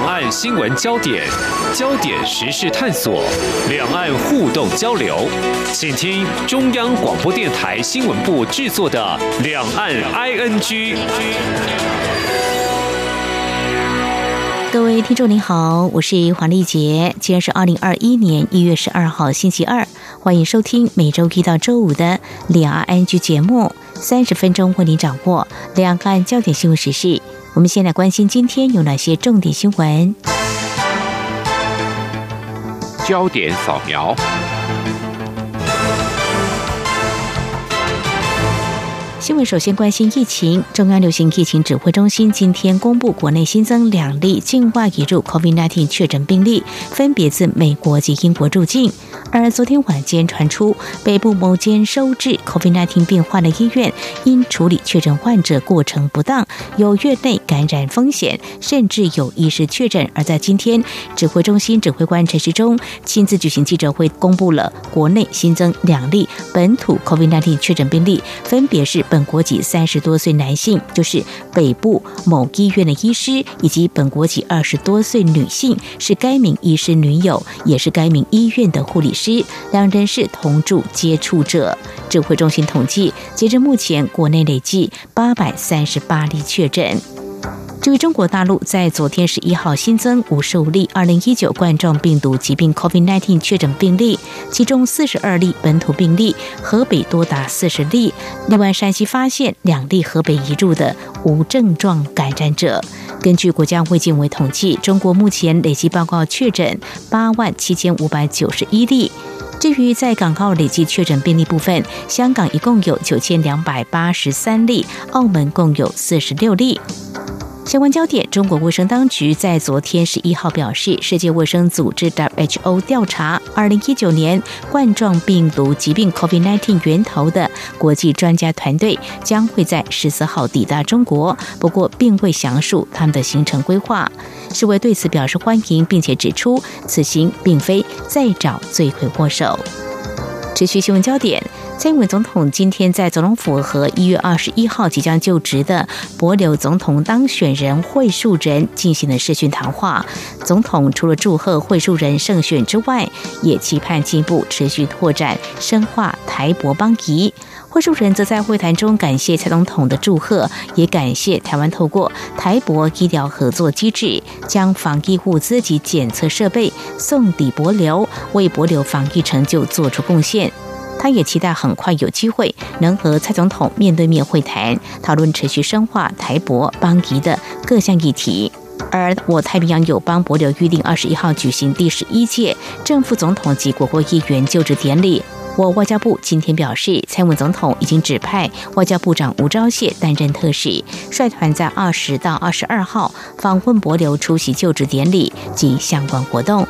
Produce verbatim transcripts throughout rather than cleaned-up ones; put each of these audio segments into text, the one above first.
岸新闻焦点，焦点时事探索，两岸互动交流，请听中央广播电台新闻部制作的《两岸 I N G》。 各位听众您好，我是黄丽杰，今天是二零二一年一月十二号星期二，欢迎收听每周一到周五的两岸 I N G 节目，三十分钟为您掌握两岸焦点新闻时事。我们先来关心今天有哪些重点新闻。 焦点扫描。 新闻首先关心疫情，中央流行疫情指挥中心今天公布国内新增两例境外移入 COVID 十九 确诊病例，分别自美国及英国入境。而昨天晚间传出，北部某间收治 COVID 十九 病患的医院，因处理确诊患者过程不当，有院内感染风险，甚至有医师确诊。而在今天，指挥中心指挥官陈时中亲自举行记者会，公布了国内新增两例本土 COVID 十九 确诊病例，分别是本国籍三十多岁男性，就是北部某医院的医师，以及本国籍二十多岁女性，是该名医师女友，也是该名医院的护理师，两人是同住接触者。指挥中心统计，截至目前，国内累计八百三十八例确诊。至于中国大陆，在昨天十一号新增五十五例二零一九冠状病毒疾病 COVID 十九 确诊病例，其中四十二例本土病例，河北多达四十例。另外，山西发现两例河北移入的无症状感染者。根据国家卫健委统计，中国目前累计报告确诊八万七千五百九十一例。至于在港澳累计确诊病例部分，香港一共有九千两百八十三例，澳门共有四十六例。相关焦点，中国卫生当局在昨天十一号表示，世界卫生组织 W H O 调查二零一九年冠状病毒疾病 COVID 十九 源头的国际专家团队将会在十四号抵达中国，不过并未详述他们的行程规划。世卫对此表示欢迎，并且指出此行并非再找罪魁祸首。持续新闻焦点，蔡英文总统今天在总统府和一月二十一号即将就职的帛琉总统当选人惠恕仁进行了视讯谈话。总统除了祝贺惠恕仁胜选之外，也期盼进一步持续拓展深化台帛邦谊。惠恕仁则在会谈中感谢蔡总统的祝贺，也感谢台湾透过台帛医疗合作机制，将防疫物资及检测设备送抵帛琉，为帛琉防疫成就做出贡献。他也期待很快有机会能和蔡总统面对面会谈，讨论持续深化台帛邦谊的各项议题。而我太平洋友邦帛琉预定二十一号举行第十一届正副总统及国会议员就职典礼。我外交部今天表示，蔡英文总统已经指派外交部长吴钊燮担任特使，率团在二十到二十二号访问帛琉，出席就职典礼及相关活动。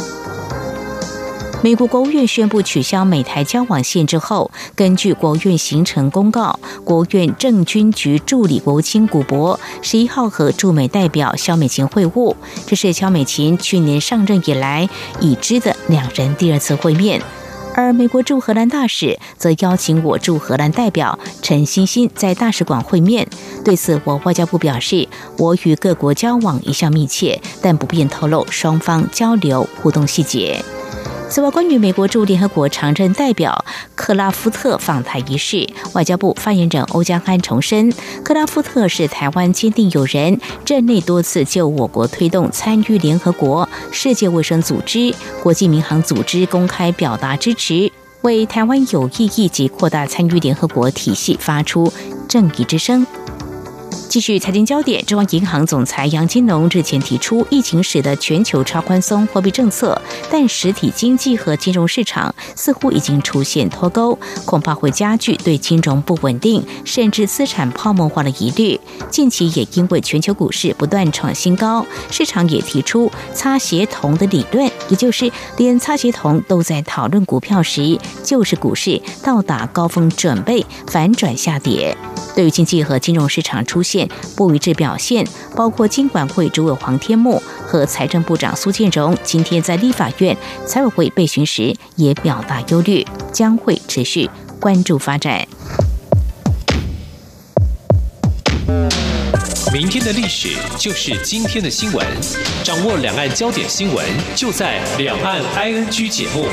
美国国务院宣布取消美台交往限制后，根据国务院行程公告，国务院政军局助理国务卿古博十一号和驻美代表萧美琴会晤，这是萧美琴去年上任以来已知的两人第二次会面。而美国驻荷兰大使则邀请我驻荷兰代表陈欣欣在大使馆会面。对此，我外交部表示，我与各国交往一向密切，但不便透露双方交流互动细节。此外，关于美国驻联合国常任代表克拉夫特访台一事，外交部发言人欧江安重申，克拉夫特是台湾坚定友人，任内多次就我国推动参与联合国、世界卫生组织、国际民航组织公开表达支持，为台湾有意义及扩大参与联合国体系发出正义之声。继续财经焦点，中央银行总裁杨金龙日前提出，疫情使得全球超宽松货币政策，但实体经济和金融市场似乎已经出现脱钩，恐怕会加剧对金融不稳定甚至资产泡沫化的疑虑。近期也因为全球股市不断创新高，市场也提出擦鞋童的理论，也就是连擦鞋童都在讨论股票时，就是股市到达高峰准备反转下跌。对于经济和金融市场出现不一致表现，包括金管会主委黄天牧和财政部长苏建荣今天在立法院财委会备询时也表达忧虑，将会持续关注发展。 明天的历史就是今天的新闻，掌握两岸焦点新闻，就在《两岸 I N G》节目。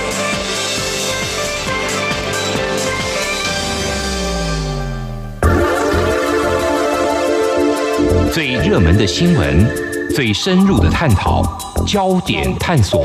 最热门的新闻，最深入的探讨，焦点探索。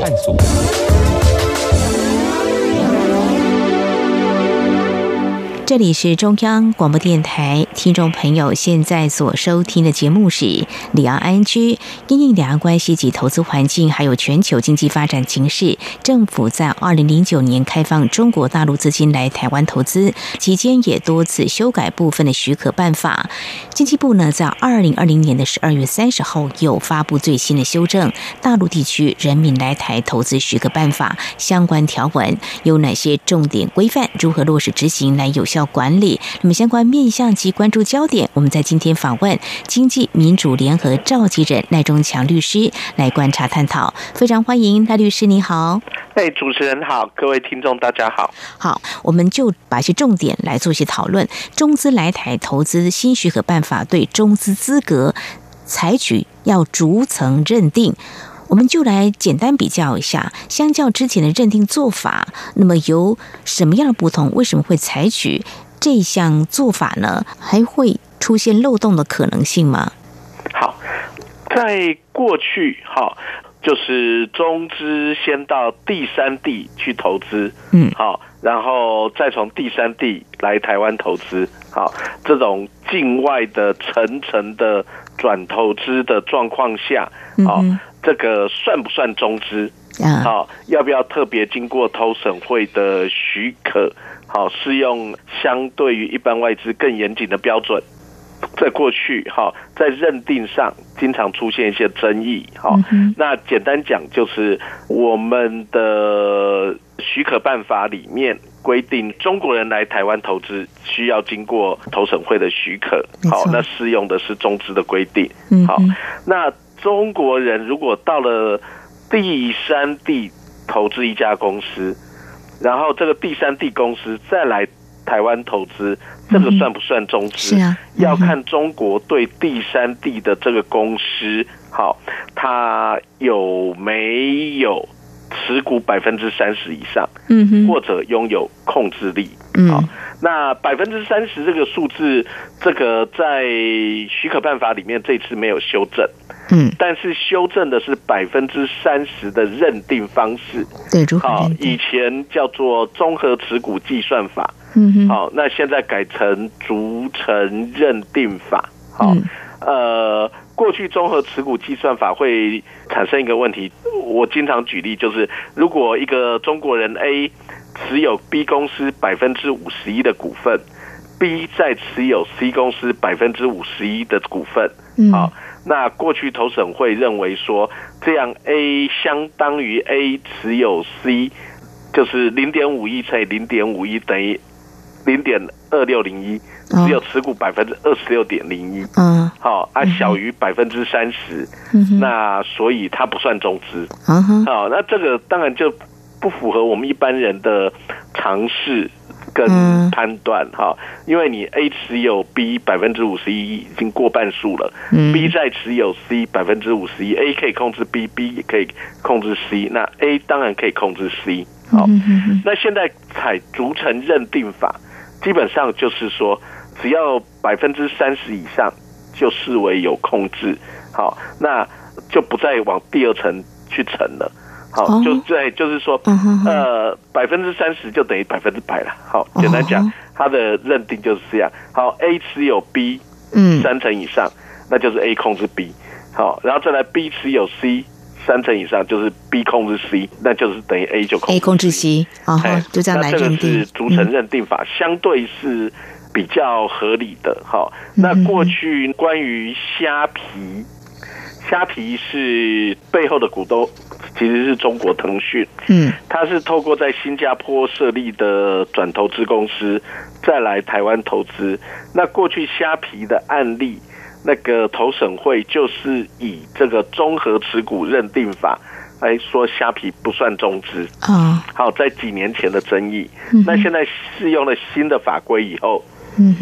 这里是中央广播电台，听众朋友现在所收听的节目是两岸 I N G， 因应两岸关系及投资环境，还有全球经济发展情势，政府在二零零九年开放中国大陆资金来台湾投资，期间也多次修改部分的许可办法。经济部呢，在二零二零年的十二月三十号又发布最新的修正《大陆地区人民来台投资许可办法》相关条文，有哪些重点规范，如何落实执行来有效管理。那么相关面向及关注焦点，我们在今天访问经济民主联合召集人赖中强律师来观察探讨。非常欢迎赖律师，你好。 哎，主持人好，各位听众大家好。 好，我们就把一些重点来做一些讨论。中资来台投资新许可办法对中资资格采取要逐层认定。我们就来简单比较一下，相较之前的认定做法，那么有什么样的不同？为什么会采取这项做法呢？还会出现漏洞的可能性吗？ 好，在过去，好，就是中资先到第三地去投资，嗯，好，然后再从第三地来台湾投资，好，这种境外的层层的转投资的状况下，好。嗯，这个算不算中资？好，要不要特别经过投审会的许可？好，适用相对于一般外资更严谨的标准。在过去，好，在认定上经常出现一些争议。好，嗯，那简单讲就是我们的许可办法里面规定，中国人来台湾投资需要经过投审会的许可。好，那适用的是中资的规定。好，那中国人如果到了第三地投资一家公司，然后这个第三地公司再来台湾投资，这个算不算中资？是啊，要看中国对第三地的这个公司，好，它有没有持股百分之三十以上，嗯哼，或者拥有控制力。好，嗯，那百分之三十这个数字，这个在许可办法里面这次没有修正。嗯，但是修正的是百分之三十的认定方式。对，如何认定？好，以前叫做综合持股计算法。嗯哼。好，那现在改成逐层认定法。好，嗯，呃，过去综合持股计算法会产生一个问题，我经常举例，就是如果一个中国人 A 持有 B 公司百分之五十一的股份 ，B 再持有 C 公司百分之五十一的股份。嗯。好。那过去投审会认为说，这样 A 相当于 A 持有 C， 就是 零点五一 乘以 零点五一 等于 零点二六零一， 只有持股 百分之二十六点零一。嗯，好，啊，小于 百分之三十， 那所以它不算中资。嗯，好，那这个当然就不符合我们一般人的常识跟判断哈，因为你 A 持有 B 百分之五十一已经过半数了，嗯，B 再持有 C 百分之五十一 ，A 可以控制 B，B 也可以控制 C， 那 A 当然可以控制 C。好，嗯，那现在采逐层认定法，基本上就是说，只要百分之三十以上就视为有控制，好，那就不再往第二层去乘了。好，就对，就是说，呃，百分之三十就等于百分之百了。好，简单讲，它的认定就是这样。好 ，A 持有 B， 嗯，三成以上，那就是 A 控制 B。好，然后再来 B 持有 C， 三成以上就是 B 控制 C， 那就是等于 A 就控制 C。A 控制 C， 哦，就这样来认定。那这个是逐层认定法，嗯，相对是比较合理的。好，那过去关于虾皮，虾皮是背后的股东。其实是中国腾讯，嗯，它是透过在新加坡设立的转投资公司，再来台湾投资。那过去虾皮的案例，那个投审会就是以这个综合持股认定法来说，虾皮不算中资啊。好，在几年前的争议，嗯，那现在适用了新的法规以后，嗯哼，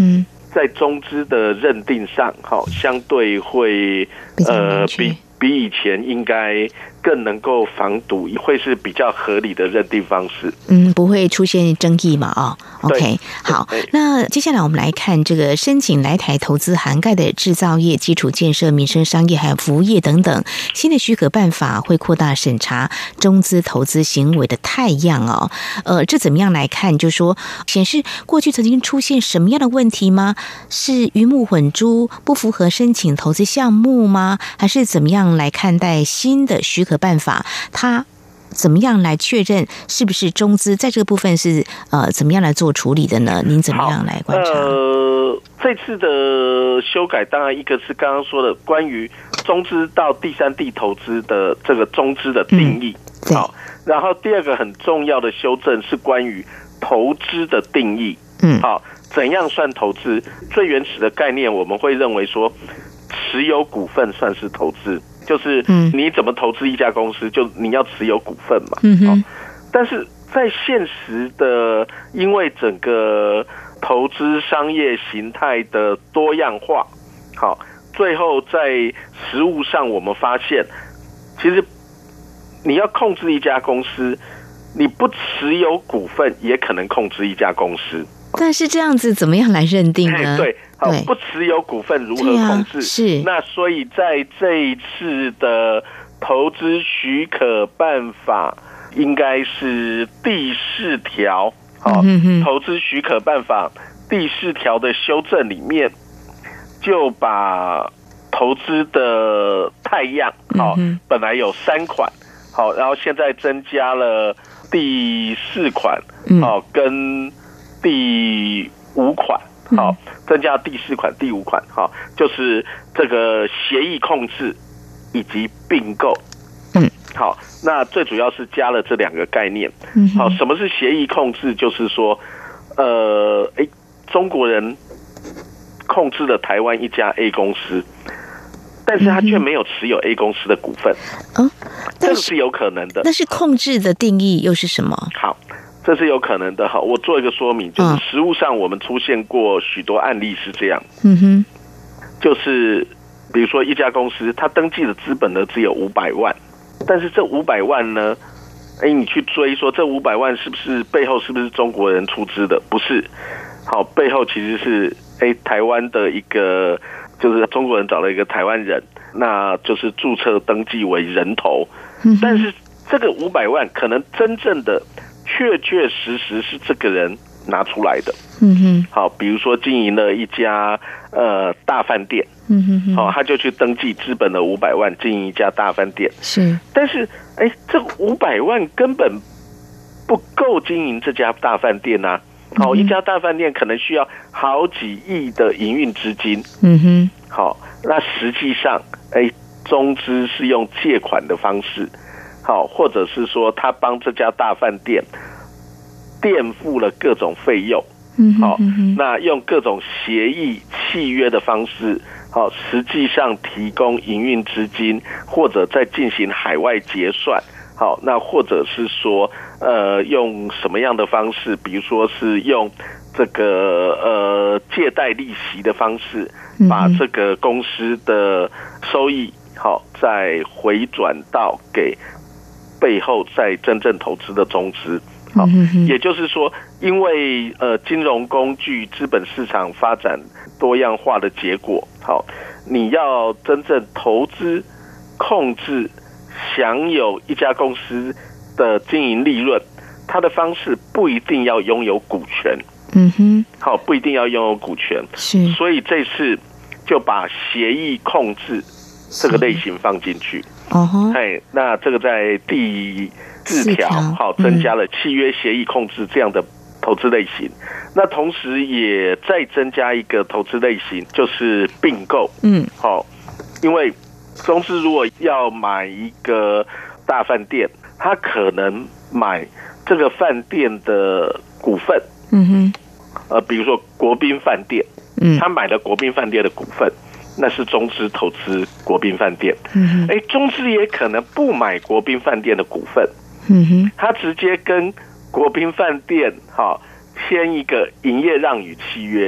在中资的认定上，好，相对会呃比比以前应该更能够防堵，会是比较合理的认定方式。 嗯，不会出现争议嘛？哦 ，OK， 好。那接下来我们来看这个申请来台投资涵盖的制造业、基础建设、民生商业还有服务业等等。新的许可办法会扩大审查中资投资行为的态样哦。呃，这怎么样来看？就是说显示过去曾经出现什么样的问题吗？是鱼目混珠、不符合申请投资项目吗？还是怎么样来看待新的许可办法？它怎么样来确认是不是中资在这个部分是呃怎么样来做处理的呢？您怎么样来观察？ 呃，这次的修改，当然一个是刚刚说的关于中资到第三地投资的这个中资的定义，嗯、好，然后第二个很重要的修正是关于投资的定义，嗯，好，怎样算投资？最原始的概念，我们会认为说，持有股份算是投资。就是你怎么投资一家公司，就你要持有股份嘛。嗯哼。但是在现实的，因为整个投资商业形态的多样化，好，最后在实务上我们发现，其实你要控制一家公司，你不持有股份也可能控制一家公司。 但是这样子怎么样来认定呢？ 对，好，不持有股份如何控制？啊、是。那所以在这一次的投资许可办法，应该是第四条，好、嗯，投资许可办法第四条的修正里面，就把投资的态样，好、嗯，本来有三款，好，然后现在增加了第四款，好、嗯，跟第五款，好，增加第四款、第五款，好，就是这个协议控制以及并购，嗯，好，那最主要是加了这两个概念，嗯，好，什么是协议控制？就是说，呃，哎，中国人控制了台湾一家 A 公司，但是他却没有持有 A 公司的股份，嗯，这个是有可能的。 但是控制的定义又是什么？ 好。这是有可能的哈，我做一个说明，就是实务上我们出现过许多案例是这样，嗯哼，就是比如说一家公司，它登记的资本呢只有五百万，但是这五百万呢，哎，你去追说这五百万是不是背后是不是中国人出资的？不是，好，背后其实是哎台湾的一个，就是中国人找了一个台湾人，那就是注册登记为人头，嗯、但是这个五百万可能真正的。确确实实是这个人拿出来的，嗯哼，好，比如说经营了一家呃大饭店，嗯哼哼，好，他就去登记资本的五百万经营一家大饭店，是，但是哎，这五百万根本不够经营这家大饭店啊，好，一家大饭店可能需要好几亿的营运资金，嗯哼，好，那实际上哎，中资是用借款的方式。好，或者是说他帮这家大饭店垫付了各种费用，嗯，好，那用各种协议契约的方式，好，实际上提供营运资金，或者再进行海外结算，好，那或者是说，呃，用什么样的方式？比如说是用这个呃借贷利息的方式，把这个公司的收益，好，再回转到给。背后在真正投资的中资，好，也就是说，因为呃金融工具、资本市场发展多样化的结果，好，你要真正投资、控制、享有一家公司的经营利润，它的方式不一定要拥有股权，嗯哼，好，不一定要拥有股权，是，所以这次就把协议控制这个类型放进去。哦吼，哎，那这个在第四条，好，增加了契约协议控制这样的投资类型。那同时也再增加一个投资类型，就是并购。嗯，好，因为公司如果要买一个大饭店，他可能买这个饭店的股份。嗯哼，呃，比如说国宾饭店，嗯，他买了国宾饭店的股份。那是中资投资国宾饭店，嗯哼，哎，中资也可能不买国宾饭店的股份，嗯哼，他直接跟国宾饭店哈签一个营业让与契约，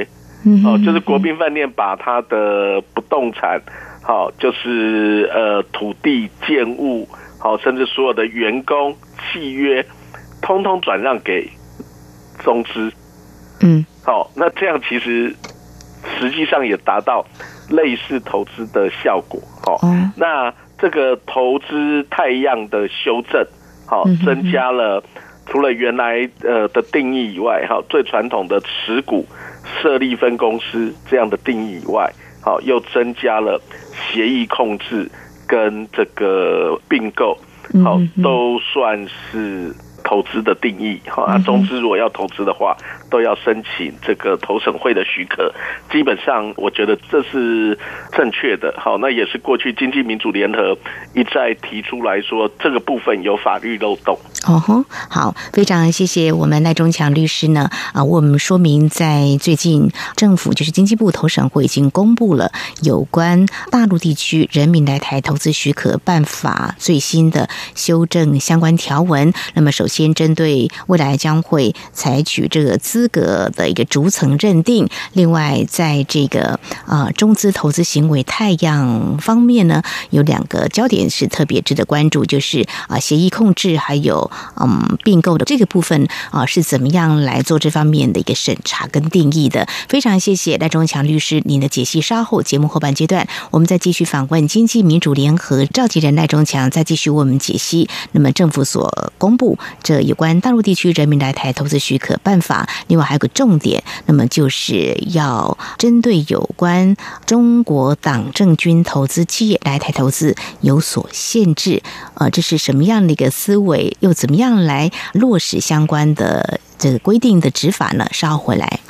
嗯哦，就是国宾饭店把它的不动产，好、哦，就是呃土地、建物，好、哦，甚至所有的员工契约，通通转让给中资。嗯，好、哦，那这样其实实际上也达到类似投资的效果。好、哦，嗯、那这个投资太阳的修正，好、哦，增加了。除了原来呃的定义以外，哈，最传统的持股设立分公司这样的定义以外，好，又增加了协议控制跟这个并购，好，都算是投资的定义。好，那中资如果要投资的话，都要申请这个投审会的许可。基本上，我觉得这是正确的。好，那也是过去经济民主联合一再提出来说，这个部分有法律漏洞。 哦吼，好，非常谢谢我们赖中强律师呢啊，为我们说明在最近政府就是经济部投审会已经公布了有关大陆地区人民来台投资许可办法最新的修正相关条文。那么首先针对未来将会采取这个资格的一个逐层认定，另外在这个啊、呃、中资投资行为太阳方面呢，有两个焦点是特别值得关注，就是啊、呃、协议控制还有嗯，并购的这个部分啊，是怎么样来做这方面的一个审查跟定义的？非常谢谢赖中强律师您的解析。稍后节目后半阶段，我们再继续访问经济民主联合召集人赖中强，再继续为我们解析。那么政府所公布这有关大陆地区人民来台投资许可办法，另外还有个重点，那么就是要针对有关中国党政军投资企业来台投资有所限制。呃，这是什么样的一个思维？又怎么样来落实相关的这个规定的执法呢？稍后回来。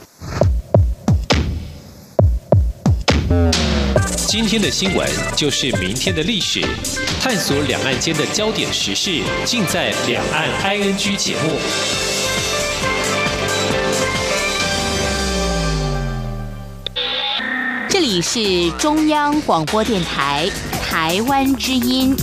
今天的新闻就是明天的历史，探索两岸间的焦点时事，尽在《两岸 I N G》节目。 这里是中央广播电台台湾之音。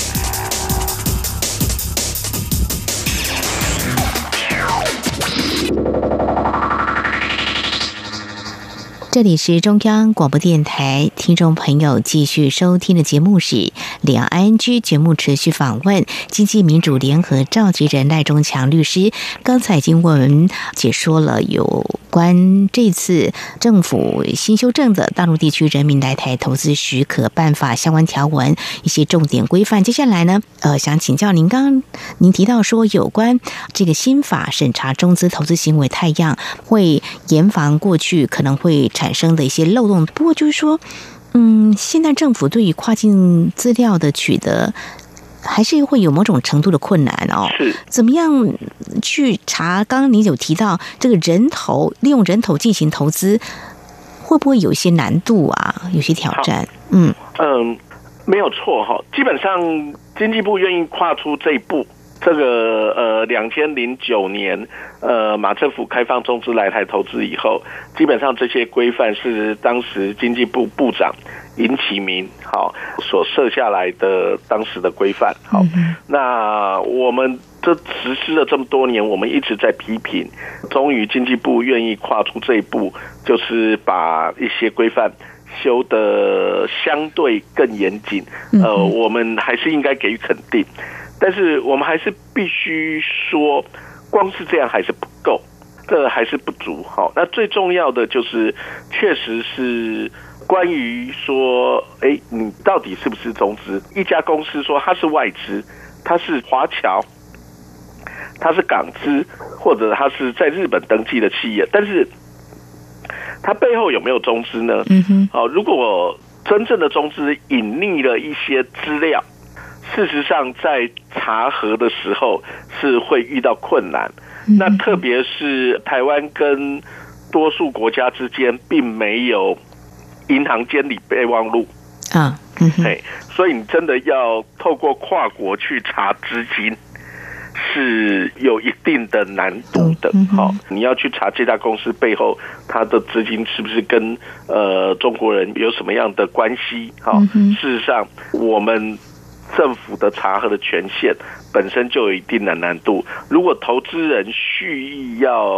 这里是中央广播电台，听众朋友继续收听的节目是两岸 I N G 节目，持续访问经济民主联合召集人赖中强律师。刚才已经为我们解说了有关这次政府新修正的大陆地区人民来台投资许可办法相关条文一些重点规范。接下来呢，呃，想请教您，刚刚您提到说有关这个新法审查中资投资行为太阳，会严防过去可能会产生的一些漏洞。不过就是说，嗯，现在政府对于跨境资料的取得，还是会有某种程度的困难哦。 是，怎么样去查？刚刚您有提到这个人头，利用人头进行投资，会不会有一些难度啊？有些挑战？嗯嗯，没有错哈。基本上经济部愿意跨出这一步。这个呃，两千零九年，呃，马政府开放中资来台投资以后，基本上这些规范是当时经济部部长尹启明好所设下来的当时的规范。好，嗯、那我们这实施了这么多年，我们一直在批评，终于经济部愿意跨出这一步，就是把一些规范修得相对更严谨。呃，我们还是应该给予肯定。但是我们还是必须说，光是这样还是不够，这还是不足。好，那最重要的就是，确实是关于说，哎，你到底是不是中资？一家公司说它是外资，它是华侨，它是港资，或者它是在日本登记的企业，但是它背后有没有中资呢？嗯哼。好，如果真正的中资隐匿了一些资料，事实上，在查核的时候是会遇到困难。嗯、那特别是台湾跟多数国家之间并没有银行监理备忘录啊，嗯、所以你真的要透过跨国去查资金，是有一定的难度的。好、嗯，你要去查这家公司背后它的资金是不是跟呃中国人有什么样的关系？好、嗯，事实上我们政府的查核的权限本身就有一定的难度。如果投资人蓄意要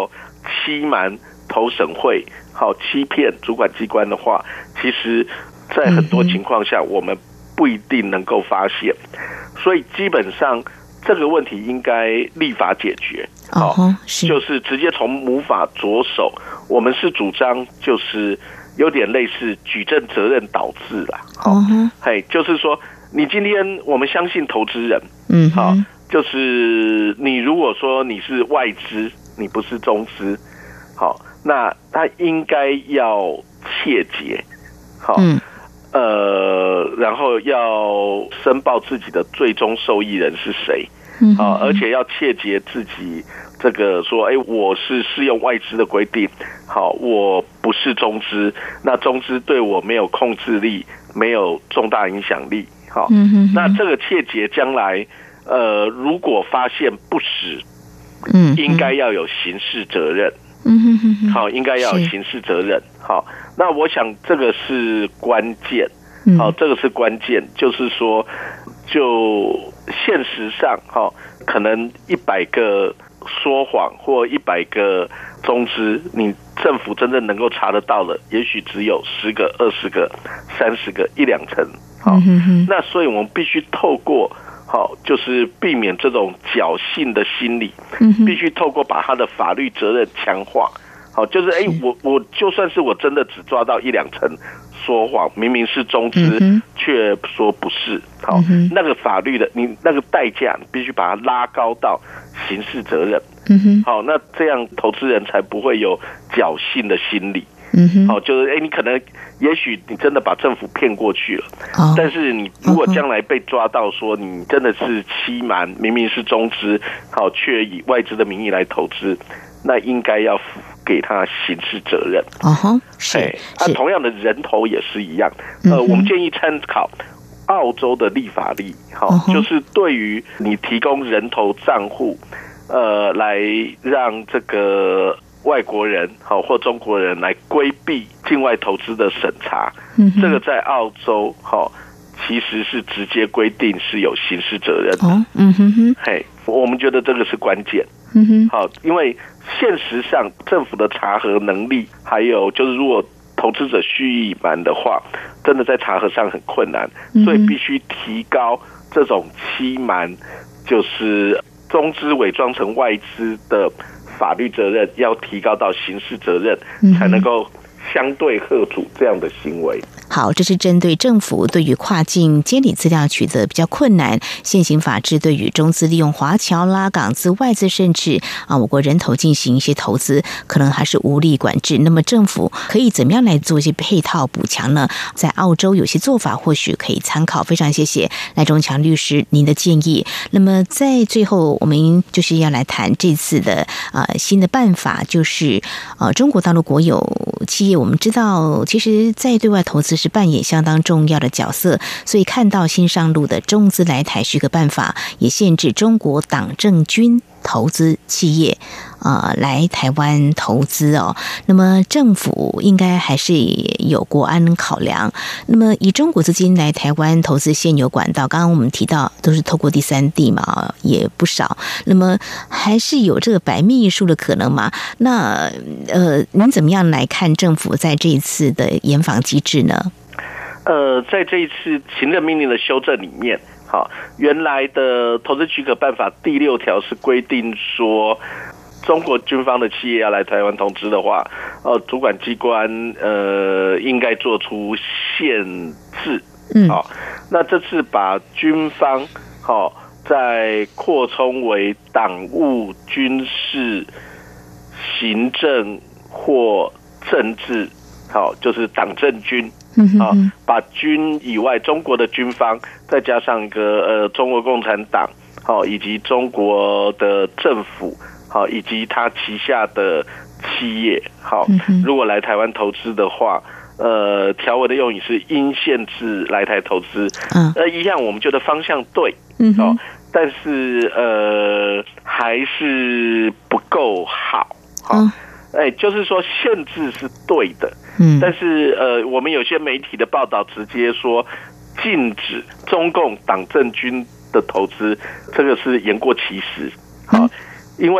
欺瞒投审会，好欺骗主管机关的话，其实在很多情况下我们不一定能够发现，所以基本上这个问题应该立法解决。好、 哦，是就是直接从母法着手。我们是主张就是有点类似举证责任导致啦。 哦， 嘿，就是说你今天我们相信投资人， 嗯， 好，就是你如果说你是外资，你不是中资，好，那他应该要切结，好，嗯。呃，然后要申报自己的最终受益人是谁，嗯，啊，而且要切结自己这个说，哎，我是适用外资的规定，好，我不是中资，那中资对我没有控制力，没有重大影响力，好，嗯，那这个切结将来，呃，如果发现不实，嗯，应该要有刑事责任。嗯哼哼哼，好，应该要有刑事责任。好，那我想这个是关键。好，这个是关键，就是说，就现实上，哈，可能一百个说谎或一百个中资，你政府真正能够查得到的，也许只有十个、二十个、三十个、一两成。好，那所以我们必须透过。好，就是避免这种侥幸的心理，必须透过把他的法律责任强化。好，就是哎、欸，我我就算是我真的只抓到一两成说谎，明明是中资，却说不是。好，那个法律的你那个代价，你必须把它拉高到刑事责任。好，那这样投资人才不会有侥幸的心理。嗯哼，好，就是哎、欸，你可能，也许你真的把政府骗过去了，哦、但是你如果将来被抓到说你真的是欺瞒，明明是中资，好，却以外资的名义来投资，那应该要给他刑事责任。 哦吼，是， 那、啊、同样的人头也是一样，呃，嗯、我们建议参考澳洲的立法例，好，哦、就是对于你提供人头账户，呃，来让这个。外国人好或中国人来规避境外投资的审查，嗯、这个在澳洲好其实是直接规定是有刑事责任的。哦，嗯哼哼，嘿，我们觉得这个是关键。嗯哼，好，因为现实上政府的查核能力，还有就是如果投资者蓄意瞒的话，真的在查核上很困难，嗯、所以必须提高这种欺瞒，就是中资伪装成外资的。法律责任要提高到刑事责任，才能够相对吓阻这样的行为。 好，这是针对政府对于跨境监理资料取得比较困难，现行法制对于中资利用华侨啦、港资、外资，甚至啊我国人头进行一些投资，可能还是无力管制。那么政府可以怎么样来做一些配套补强呢？在澳洲有些做法或许可以参考。非常谢谢赖中强律师您的建议。那么在最后，我们就是要来谈这次的呃新的办法，就是呃中国大陆国有企业，我们知道其实在对外投资是扮演相当重要的角色，所以看到新上路的中资来台许可办法，也限制中国党政军投资企业呃来台湾投资哦。那么政府应该还是有国安考量。那么以中国资金来台湾投资现有管道，刚刚我们提到都是透过第三地嘛，也不少。那么还是有这个白秘书的可能吗？那呃，您怎么样来看政府在这一次的严防机制呢？ 呃，在这一次行政命令的修正里面，好，原来的投资许可办法第六条是规定说，中国军方的企业要来台湾投资的话，呃，主管机关呃应该做出限制。嗯，好，那这次把军方好再扩充为党务、军事、行政或政治，好，就是党政军。啊，把军以外中国的军方，再加上一个呃中国共产党，好、哦，以及中国的政府，好、哦，以及他旗下的企业，好、哦，如果来台湾投资的话，呃，条文的用语是应限制来台投资，嗯，呃，一样我们觉得方向对，嗯，哦，但是呃还是不够好，好、哦。哎，就是说限制是对的，嗯，但是呃，我们有些媒体的报道直接说禁止中共党政军的投资，这个是言过其实，好、嗯，因为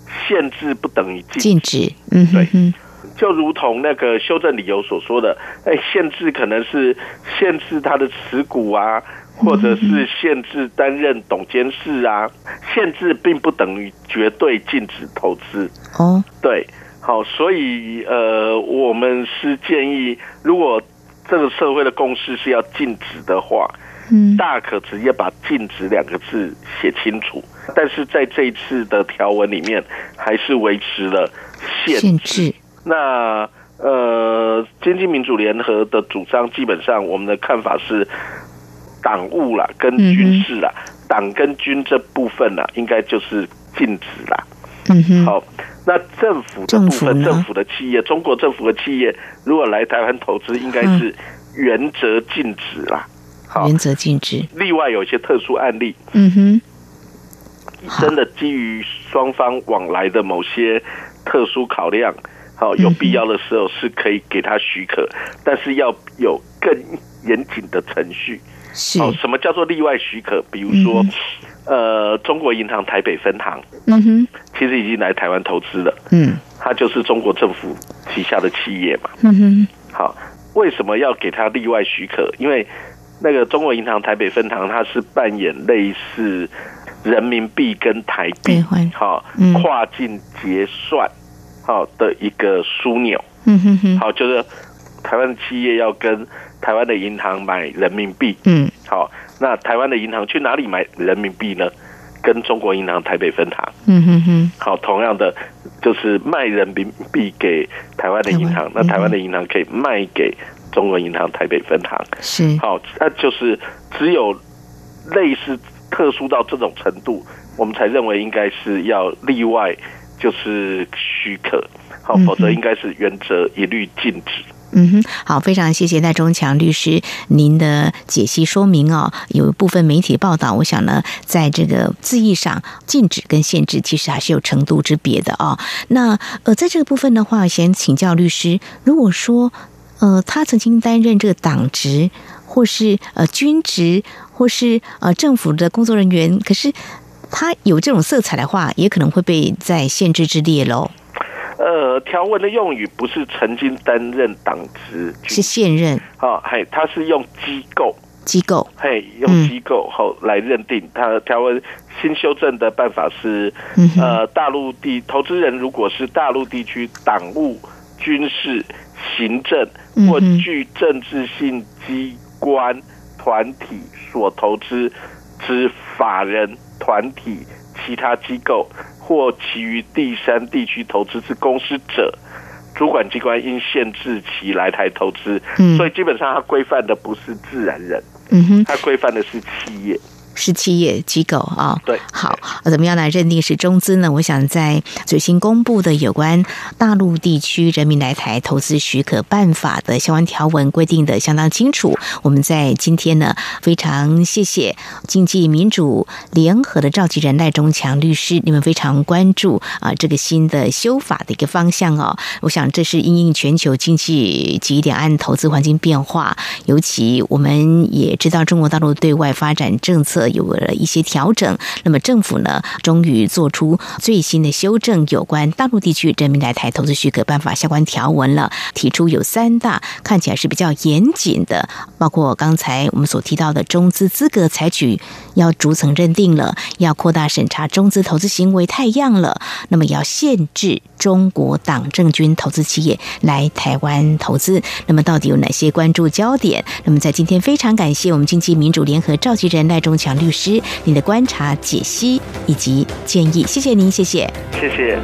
限制不等于禁止。 禁止，嗯哼哼， 对。就如同那个修正理由所说的，哎，限制可能是限制他的持股啊，或者是限制担任董监事啊，限制并不等于绝对禁止投资。 哦， 对，好，所以呃，我们是建议，如果这个社会的共识是要禁止的话，嗯，大可直接把禁止两个字写清楚，但是在这一次的条文里面，还是维持了限制。限制那呃，经济民主联合的主张，基本上我们的看法是，党务啦跟军事啦，嗯、党跟军这部分啦，应该就是禁止啦。嗯哼。好，那政府的部分，政府的企业，中国政府的企业，如果来台湾投资，应该是原则禁止啦。好， 原则禁止。 例外有一些特殊案例。 嗯哼。 真的基于双方往来的某些特殊考量。好，有必要的时候是可以给他许可，嗯、但是要有更严谨的程序。 是， 好，什么叫做例外许可？比如说，嗯、呃，中国银行台北分行， 嗯哼， 其实已经来台湾投资了， 嗯， 它就是中国政府旗下的企业嘛， 嗯哼， 好，为什么要给他例外许可？因为那个中国银行台北分行，它是扮演类似人民币跟台币，好，嗯、跨境结算。好的一个枢纽， 嗯哼哼， 好，就是台湾的企业要跟台湾的银行买人民币， 嗯， 好，那台湾的银行去哪里买人民币呢？跟中国银行台北分行， 嗯哼哼， 好，同样的就是卖人民币给台湾的银行，那台湾的银行可以卖给中国银行台北分行， 是， 好，那就是只有类似特殊到这种程度，我们才认为应该是要例外。就是许可，好，否则应该是原则一律禁止。 嗯哼，好，非常谢谢赖中强律师您的解析说明哦。有一部分媒体报道，我想呢，在这个字义上，禁止跟限制其实还是有程度之别的哦。那呃，在这个部分的话，先请教律师，如果说呃，他曾经担任这个党职，或是呃军职，或是呃政府的工作人员，可是他有这种色彩的话，也可能会被在限制之列喽。 呃，条文的用语不是曾经担任党职， 是现任。 好，嘿，他是用机构， 机构， 嘿，用机构后来认定。他的条文新修正的办法是， 嗯、 呃，大陆地投资人如果是大陆地区党务、军事、行政或具政治性机关团体所投资之法人。团体、其他机构或其余第三地区投资之公司者，主管机关应限制其来台投资。嗯、所以基本上它规范的不是自然人， 嗯哼， 它规范的是企业。 是企业机构啊、哦， 对， 好，怎么样来认定是中资呢？我想在最新公布的有关大陆地区人民来台投资许可办法的相关条文规定的相当清楚。我们在今天呢，非常谢谢经济民主联合的召集人赖中强律师，你们非常关注啊这个新的修法的一个方向哦。我想这是因应全球经济及两岸投资环境变化，尤其我们也知道中国大陆对外发展政策有了一些调整，那么政府呢，终于做出最新的修正，有关大陆地区人民来台投资许可办法相关条文了，提出有三大看起来是比较严谨的，包括刚才我们所提到的中资资格采取要逐层认定了，要扩大审查中资投资行为太样了，那么要限制中国党政军投资企业来台湾投资，那么到底有哪些关注焦点？那么在今天非常感谢我们经济民主联合召集人赖中强律师您的观察、解析以及建议，谢谢您，谢谢， 谢谢。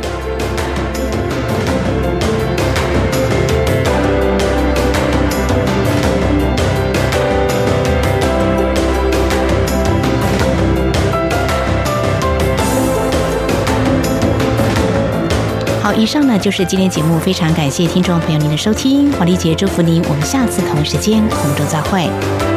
好，以上呢就是今天节目，非常感谢听众朋友您的收听，黄丽姐祝福您，我们下次同一时间空中再会。